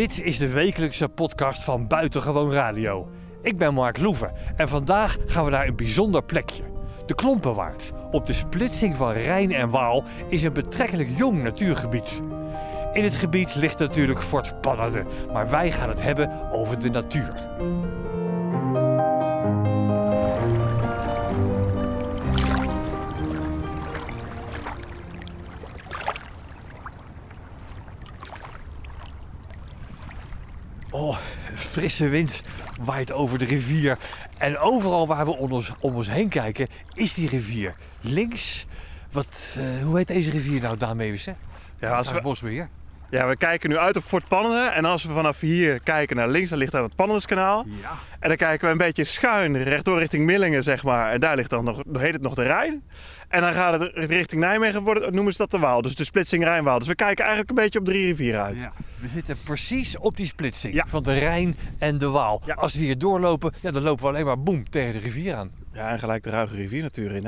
Dit is de wekelijkse podcast van Buitengewoon Radio. Ik ben Mark Loeven en vandaag gaan we naar een bijzonder plekje. De Klompenwaard. Op de splitsing van Rijn en Waal is een betrekkelijk jong natuurgebied. In het gebied ligt natuurlijk Fort Pannerden, maar wij gaan het hebben over de natuur. Oh, frisse wind waait over de rivier. En overal waar we om ons heen kijken, is die rivier. Links, hoe heet deze rivier nou, Daan Meeuwissen? Ja, Bosbeheer. Ja, we kijken nu uit op Fort Pannerden. En als we vanaf hier kijken naar links, dan ligt daar het Pannerdenskanaal. Ja. En dan kijken we een beetje schuin, rechtdoor richting Millingen, zeg maar. En daar ligt dan nog, heet het nog de Rijn. En dan gaat het richting Nijmegen, noemen ze dat de Waal. Dus de splitsing Rijn-Waal. Dus we kijken eigenlijk een beetje op 3 rivieren uit. Ja. We zitten precies op die splitsing van de Rijn en de Waal. Ja. Als we hier doorlopen, dan lopen we alleen maar boem tegen de rivier aan. Ja, en gelijk de Ruige Riviernatuur in, hè?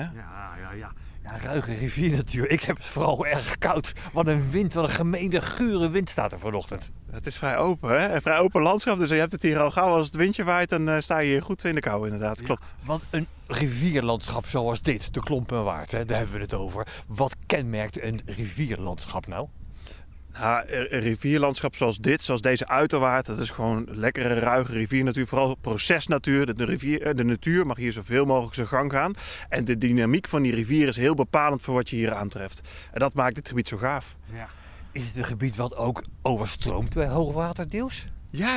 Ja, ruige riviernatuur. Ik heb het vooral erg koud. Wat een wind, wat een gemene, gure wind staat er vanochtend. Het is vrij open, hè? Een vrij open landschap. Dus je hebt het hier al gauw. Als het windje waait, dan sta je hier goed in de kou, inderdaad. Klopt. Ja, want een rivierlandschap zoals dit, de Klompenwaard, daar hebben we het over. Wat kenmerkt een rivierlandschap nou? Ja, een rivierlandschap zoals dit, zoals deze uiterwaard, dat is gewoon lekkere, ruige riviernatuur. Vooral procesnatuur. De natuur mag hier zoveel mogelijk zijn gang gaan. En de dynamiek van die rivier is heel bepalend voor wat je hier aantreft. En dat maakt dit gebied zo gaaf. Ja. Is het een gebied wat ook overstroomt bij hoogwater deels?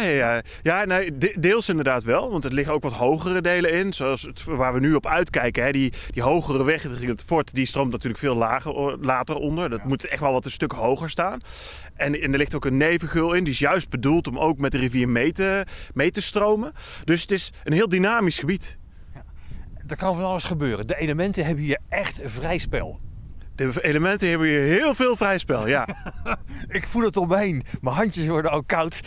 Ja, nee, deels inderdaad wel. Want er liggen ook wat hogere delen in. Zoals waar we nu op uitkijken. Hè, die hogere weg richting het fort, die stroomt natuurlijk veel later onder. Dat moet echt wel wat een stuk hoger staan. En er ligt ook een nevengeul in. Die is juist bedoeld om ook met de rivier mee te stromen. Dus het is een heel dynamisch gebied. Ja. Er kan van alles gebeuren. De elementen hebben hier echt een vrij spel. De elementen hebben hier heel veel vrij spel, ja. Ik voel het om me heen. Mijn handjes worden al koud.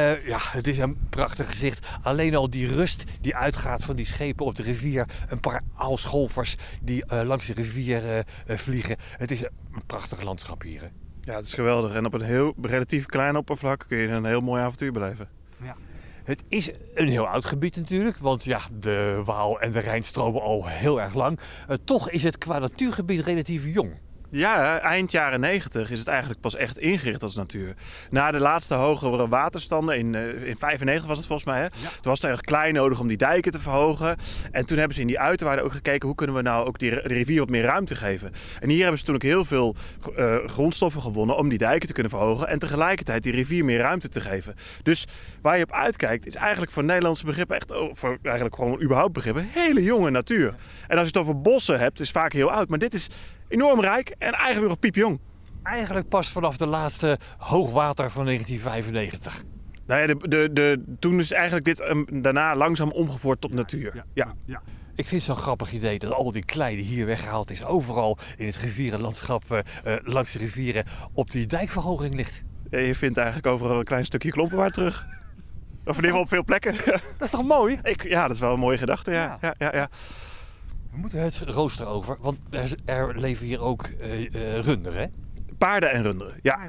Het is een prachtig gezicht. Alleen al die rust die uitgaat van die schepen op de rivier. Een paar aalscholvers die langs de rivier vliegen. Het is een prachtig landschap hier. Hè? Ja, het is geweldig. En op een heel relatief klein oppervlak kun je een heel mooi avontuur beleven. Ja. Het is een heel oud gebied natuurlijk, want ja, de Waal en de Rijn stromen al heel erg lang. Toch is het qua natuurgebied relatief jong. Ja, eind jaren 90 is het eigenlijk pas echt ingericht als natuur. Na de laatste hogere waterstanden, in 1995 was het volgens mij, hè? Ja. Toen was het erg klein nodig om die dijken te verhogen. En toen hebben ze in die uiterwaarden ook gekeken, hoe kunnen we nou ook de rivier wat meer ruimte geven. En hier hebben ze toen ook heel veel grondstoffen gewonnen om die dijken te kunnen verhogen. En tegelijkertijd die rivier meer ruimte te geven. Dus waar je op uitkijkt is eigenlijk voor Nederlandse begrippen, echt voor eigenlijk gewoon überhaupt begrippen, hele jonge natuur. En als je het over bossen hebt, is het vaak heel oud. Maar dit is enorm rijk en eigenlijk nog piepjong. Eigenlijk pas vanaf de laatste hoogwater van 1995. Nou ja, toen is eigenlijk dit daarna langzaam omgevormd tot natuur. Ja. Ik vind het zo'n grappig idee dat al die klei die hier weggehaald is, overal in het rivierenlandschap langs de rivieren op die dijkverhoging ligt. Ja, je vindt eigenlijk overal een klein stukje Klompenwaard terug. Of in ieder geval op veel plekken. Dat is toch mooi? Ja, dat is wel een mooie gedachte. Ja. We moeten het rooster over, want er leven hier ook runderen, hè? Paarden en runderen, ja.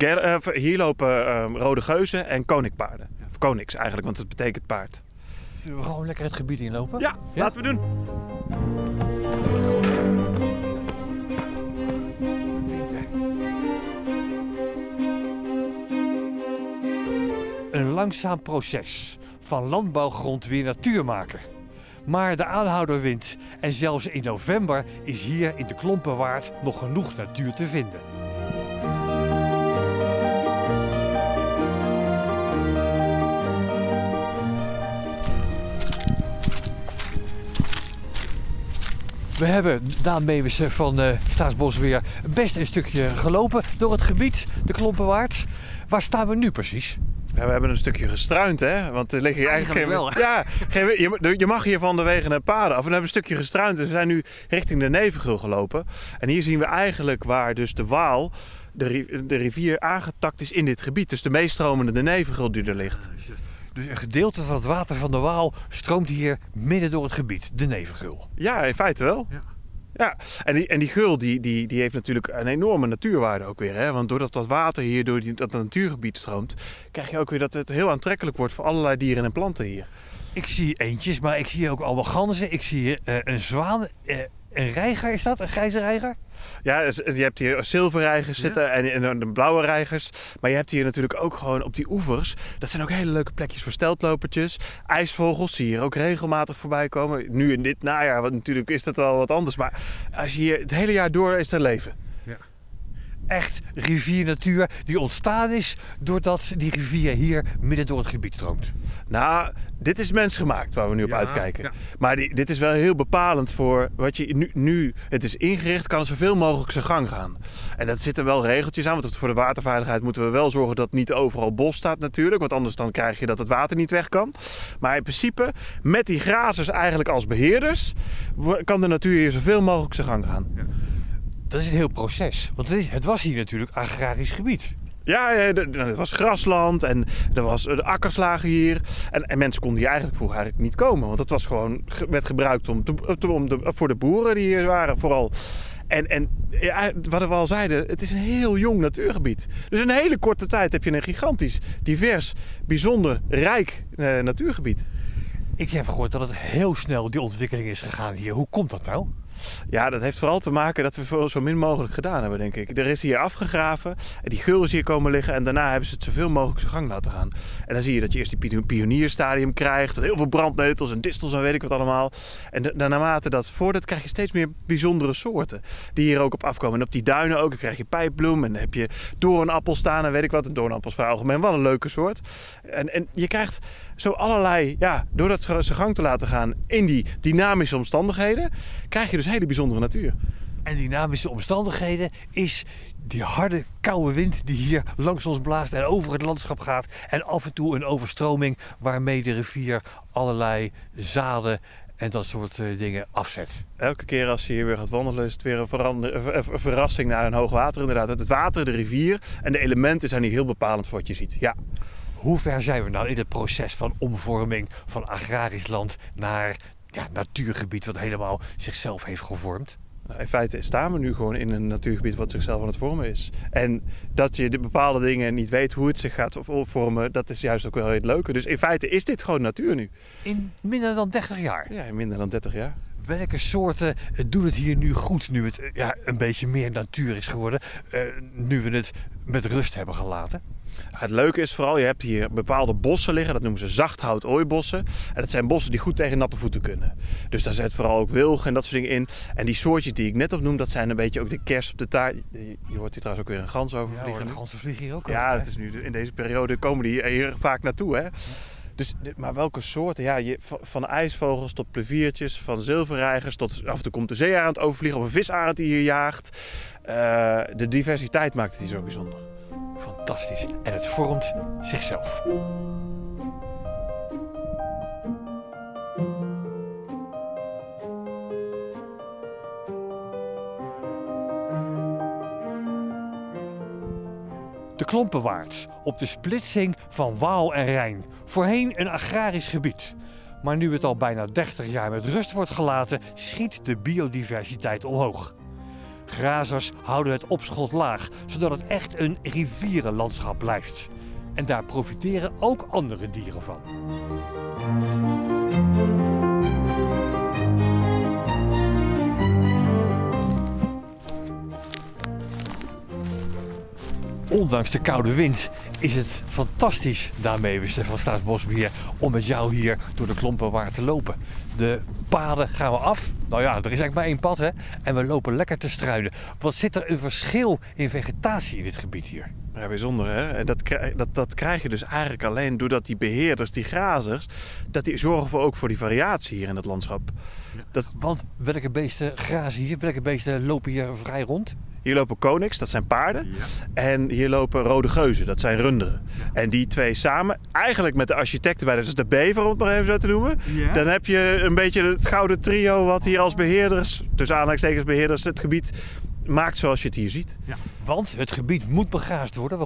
Hier lopen rode geuzen en koninkpaarden. Ja. Of koniks eigenlijk, want het betekent paard. Zullen we gewoon lekker het gebied inlopen? Ja, laten we doen. Een langzaam proces van landbouwgrond weer natuur maken. Maar de aanhouderwind en zelfs in november is hier in de Klompenwaard nog genoeg natuur te vinden. We hebben Daan Meeuwissen van Staatsbosbeheer best een stukje gelopen door het gebied, de Klompenwaard. Waar staan we nu precies? Ja, we hebben een stukje gestruind, hè? Want er liggen hier eigenlijk wel, hè? Ja, je mag hier van de wegen en paden af. En we hebben een stukje gestruind. We zijn nu richting de Nevengeul gelopen. En hier zien we eigenlijk waar dus de Waal, de rivier, aangetakt is in dit gebied. Dus de meestromende Nevengeul die er ligt. Dus een gedeelte van het water van de Waal stroomt hier midden door het gebied, de Nevengeul. Ja, in feite wel. Ja. Ja, en die geul die heeft natuurlijk een enorme natuurwaarde ook weer. Hè? Want doordat dat water hier door dat natuurgebied stroomt, krijg je ook weer dat het heel aantrekkelijk wordt voor allerlei dieren en planten hier. Ik zie eentjes, maar ik zie ook allemaal ganzen. Ik zie hier een zwaan, een reiger is dat? Een grijze reiger? Ja, je hebt hier zilverreigers zitten en de blauwe reigers. Maar je hebt hier natuurlijk ook gewoon op die oevers. Dat zijn ook hele leuke plekjes voor steltlopertjes. IJsvogels zie je hier ook regelmatig voorbij komen. Nu in dit najaar, want natuurlijk is dat wel wat anders. Maar als je hier het hele jaar door is er leven. Ja. Echt riviernatuur die ontstaan is doordat die rivier hier midden door het gebied stroomt. Nou, dit is mensgemaakt waar we nu op uitkijken. Ja. Maar dit is wel heel bepalend voor wat je nu het is ingericht, kan het zoveel mogelijk zijn gang gaan. En dat zitten wel regeltjes aan, want voor de waterveiligheid moeten we wel zorgen dat niet overal bos staat natuurlijk. Want anders dan krijg je dat het water niet weg kan. Maar in principe, met die grazers eigenlijk als beheerders, kan de natuur hier zoveel mogelijk zijn gang gaan. Ja. Dat is een heel proces, want het was hier natuurlijk agrarisch gebied. Ja, het was grasland en de akkers lagen hier. En mensen konden hier eigenlijk vroeger niet komen. Want het was werd gebruikt voor de boeren die hier waren vooral. En wat we al zeiden, het is een heel jong natuurgebied. Dus in een hele korte tijd heb je een gigantisch, divers, bijzonder rijk natuurgebied. Ik heb gehoord dat het heel snel die ontwikkeling is gegaan hier. Hoe komt dat nou? Ja, dat heeft vooral te maken dat we zo min mogelijk gedaan hebben, denk ik. Er is hier afgegraven en die geul is hier komen liggen en daarna hebben ze het zoveel mogelijk zijn gang laten gaan. En dan zie je dat je eerst die pionierstadium krijgt, heel veel brandneutels en distels en weet ik wat allemaal. En naarmate dat voordat krijg je steeds meer bijzondere soorten die hier ook op afkomen. En op die duinen ook, dan krijg je pijpbloem en dan heb je doornappel staan en weet ik wat. Een doornappel is voor algemeen wel een leuke soort. En je krijgt zo allerlei, door dat zijn gang te laten gaan in die dynamische omstandigheden, krijg je dus hele bijzondere natuur. En dynamische omstandigheden is die harde, koude wind die hier langs ons blaast en over het landschap gaat. En af en toe een overstroming waarmee de rivier allerlei zaden en dat soort dingen afzet. Elke keer als je hier weer gaat wandelen is het weer een verrassing naar een hoog water inderdaad. Het water, de rivier en de elementen zijn hier heel bepalend voor wat je ziet. Ja. Hoe ver zijn we nou in het proces van omvorming van agrarisch land naar natuurgebied wat helemaal zichzelf heeft gevormd? Nou, in feite staan we nu gewoon in een natuurgebied wat zichzelf aan het vormen is. En dat je de bepaalde dingen niet weet hoe het zich gaat vormen, dat is juist ook wel het leuke. Dus in feite is dit gewoon natuur nu. In minder dan 30 jaar? Ja, in minder dan 30 jaar. Welke soorten doen het hier nu goed, nu het een beetje meer natuur is geworden, nu we het met rust hebben gelaten? Het leuke is vooral, je hebt hier bepaalde bossen liggen, dat noemen ze zachthout-ooibossen. En dat zijn bossen die goed tegen natte voeten kunnen. Dus daar zit vooral ook wilgen en dat soort dingen in. En die soortjes die ik net opnoem, dat zijn een beetje ook de kers op de taart. Je hoort hier trouwens ook weer een gans over vliegen. Ja, de ganzen vliegen hier ook. Ja, dat is nu in deze periode komen die hier vaak naartoe, hè. Dus, maar welke soorten? Van ijsvogels tot pleviertjes, van zilverreigers tot af en toe komt de zeearend overvliegen of een visarend die hier jaagt. De diversiteit maakt het hier zo bijzonder. Fantastisch. En het vormt zichzelf. De Klompenwaard, op de splitsing van Waal en Rijn. Voorheen een agrarisch gebied. Maar nu het al bijna 30 jaar met rust wordt gelaten, schiet de biodiversiteit omhoog. Grazers houden het opschot laag, zodat het echt een rivierenlandschap blijft. En daar profiteren ook andere dieren van. Ondanks de koude wind is het fantastisch, daarmee van Staatsbosbeheer, om met jou hier door de Klompenwaard te lopen. De paden gaan we af. Nou ja, er is eigenlijk maar één pad, hè. En we lopen lekker te struinen. Wat zit er een verschil in vegetatie in dit gebied hier? Ja, bijzonder, hè. En dat krijg je dus eigenlijk alleen doordat die beheerders, die grazers, dat die zorgen ook voor die variatie hier in het landschap. Ja. Want welke beesten grazen hier? Welke beesten lopen hier vrij rond? Hier lopen konings, dat zijn paarden. Ja. En hier lopen rode geuzen, dat zijn runderen. Ja. En die twee samen, eigenlijk met de architecten bij, dat is de bever om het maar even zo te noemen. Ja. Dan heb je een beetje het gouden trio wat hier als beheerders, tussen aanhalingstekens beheerders, het gebied maakt zoals je het hier ziet. Ja. Want het gebied moet begraasd worden, waarom?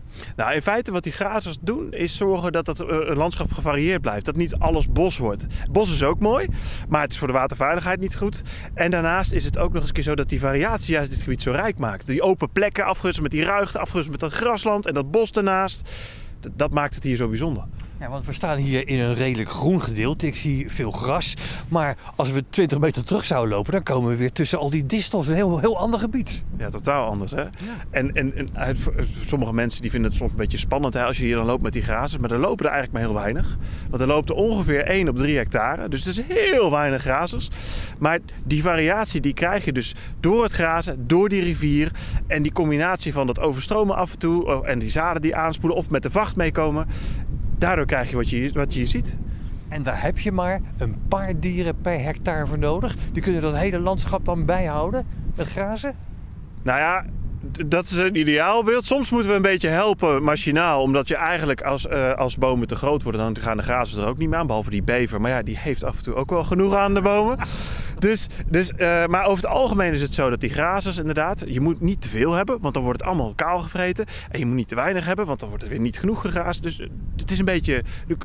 Nou, in feite wat die grazers doen is zorgen dat het landschap gevarieerd blijft. Dat niet alles bos wordt. Bos is ook mooi, maar het is voor de waterveiligheid niet goed. En daarnaast is het ook nog eens een keer zo dat die variatie juist dit gebied zo rijk maakt. Die open plekken afgerust met die ruigte, afgerust met dat grasland en dat bos ernaast. Dat maakt het hier zo bijzonder. Ja, want we staan hier in een redelijk groen gedeelte. Ik zie veel gras. Maar als we 20 meter terug zouden lopen, dan komen we weer tussen al die distels. Een heel ander gebied. Ja, totaal anders, hè? Ja. En sommige mensen die vinden het soms een beetje spannend, hè, als je hier dan loopt met die grazers. Maar er lopen er eigenlijk maar heel weinig. Want er loopt er ongeveer 1 op 3 hectare. Dus het is heel weinig grazers. Maar die variatie die krijg je dus door het grazen, door die rivier. En die combinatie van dat overstromen af en toe en die zaden die aanspoelen of met de vacht meekomen. Daardoor krijg je wat je hier ziet. En daar heb je maar een paar dieren per hectare voor nodig. Die kunnen dat hele landschap dan bijhouden met grazen? Nou ja, dat is een ideaalbeeld. Soms moeten we een beetje helpen machinaal. Omdat je eigenlijk als bomen te groot worden, dan gaan de grazers er ook niet meer aan. Behalve die bever. Maar ja, die heeft af en toe ook wel genoeg aan de bomen. Maar over het algemeen is het zo dat die grazers inderdaad, je moet niet te veel hebben, want dan wordt het allemaal kaal gevreten. En je moet niet te weinig hebben, want dan wordt het weer niet genoeg gegraasd. Dus het is een beetje,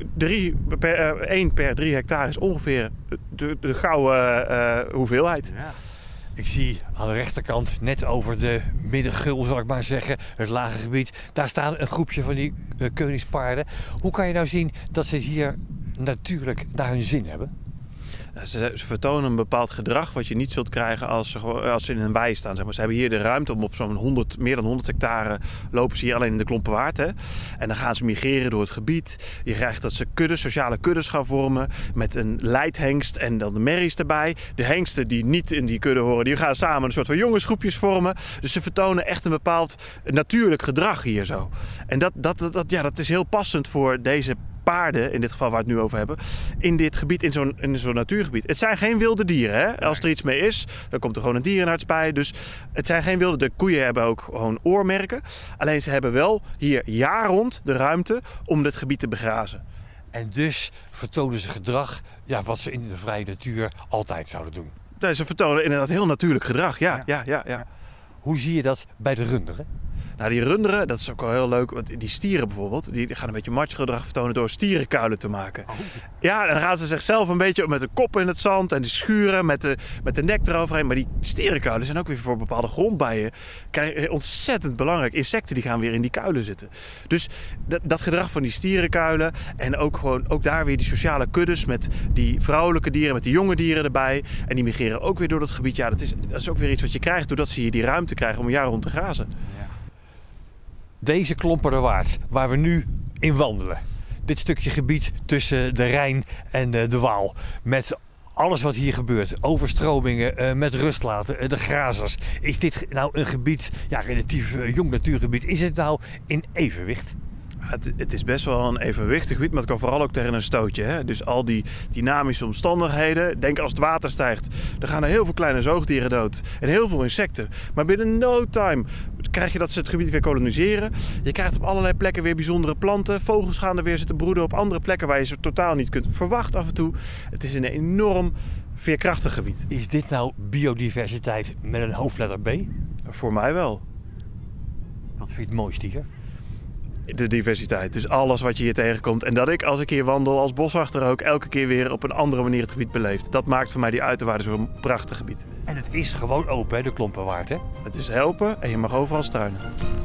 1 per 3 hectare is ongeveer de gouden hoeveelheid. Ja. Ik zie aan de rechterkant, net over de middengul zal ik maar zeggen, het lage gebied, daar staat een groepje van die koningspaarden. Hoe kan je nou zien dat ze hier natuurlijk naar hun zin hebben? Ze vertonen een bepaald gedrag wat je niet zult krijgen als ze in een wei staan. Zeg maar. Ze hebben hier de ruimte om op zo'n meer dan 100 hectare lopen ze hier alleen in de Klompenwaard. Hè? En dan gaan ze migreren door het gebied. Je krijgt dat ze sociale kuddes gaan vormen met een leidhengst en dan de merries erbij. De hengsten die niet in die kudde horen, die gaan samen een soort van jongensgroepjes vormen. Dus ze vertonen echt een bepaald natuurlijk gedrag hier zo. En dat is heel passend voor deze paarden, in dit geval waar we het nu over hebben, in dit gebied, in zo'n natuurgebied. Het zijn geen wilde dieren. Hè? Als er iets mee is, dan komt er gewoon een dierenarts bij. Dus het zijn geen wilde. De koeien hebben ook gewoon oormerken. Alleen ze hebben wel hier jaar rond de ruimte om dit gebied te begrazen. En dus vertonen ze gedrag wat ze in de vrije natuur altijd zouden doen. Nee, ze vertonen inderdaad heel natuurlijk gedrag. Ja. Hoe zie je dat bij de runderen? Nou, die runderen, dat is ook wel heel leuk. Want die stieren bijvoorbeeld, die gaan een beetje macho-gedrag vertonen door stierenkuilen te maken. Oh. Ja, en dan gaan ze zichzelf een beetje met de kop in het zand en die schuren met de nek eroverheen. Maar die stierenkuilen zijn ook weer voor bepaalde grondbijen ontzettend belangrijk. Insecten die gaan weer in die kuilen zitten. Dus dat gedrag van die stierenkuilen en ook daar weer die sociale kuddes met die vrouwelijke dieren, met die jonge dieren erbij. En die migreren ook weer door dat gebied. Ja, dat is ook weer iets wat je krijgt doordat ze hier die ruimte krijgen om jaar rond te grazen. Ja. Deze Klompenwaard, waar we nu in wandelen. Dit stukje gebied tussen de Rijn en de Waal. Met alles wat hier gebeurt. Overstromingen, met rustlaten, de grazers. Is dit nou een gebied, relatief jong natuurgebied. Is het nou in evenwicht? Het is best wel een evenwichtig gebied, maar het kan vooral ook tegen een stootje. Hè? Dus al die dynamische omstandigheden. Denk als het water stijgt, dan gaan er heel veel kleine zoogdieren dood. En heel veel insecten. Maar binnen no time krijg je dat ze het gebied weer koloniseren. Je krijgt op allerlei plekken weer bijzondere planten. Vogels gaan er weer zitten broeden op andere plekken waar je ze totaal niet kunt verwachten af en toe. Het is een enorm veerkrachtig gebied. Is dit nou biodiversiteit met een hoofdletter B? Voor mij wel. Wat vind je het mooiste hier? De diversiteit. Dus alles wat je hier tegenkomt. En dat ik, als ik hier wandel als boswachter ook, elke keer weer op een andere manier het gebied beleef. Dat maakt voor mij die uiterwaarden zo'n prachtig gebied. En het is gewoon open, hè, de Klompenwaard, hè? Het is helpen en je mag overal struinen.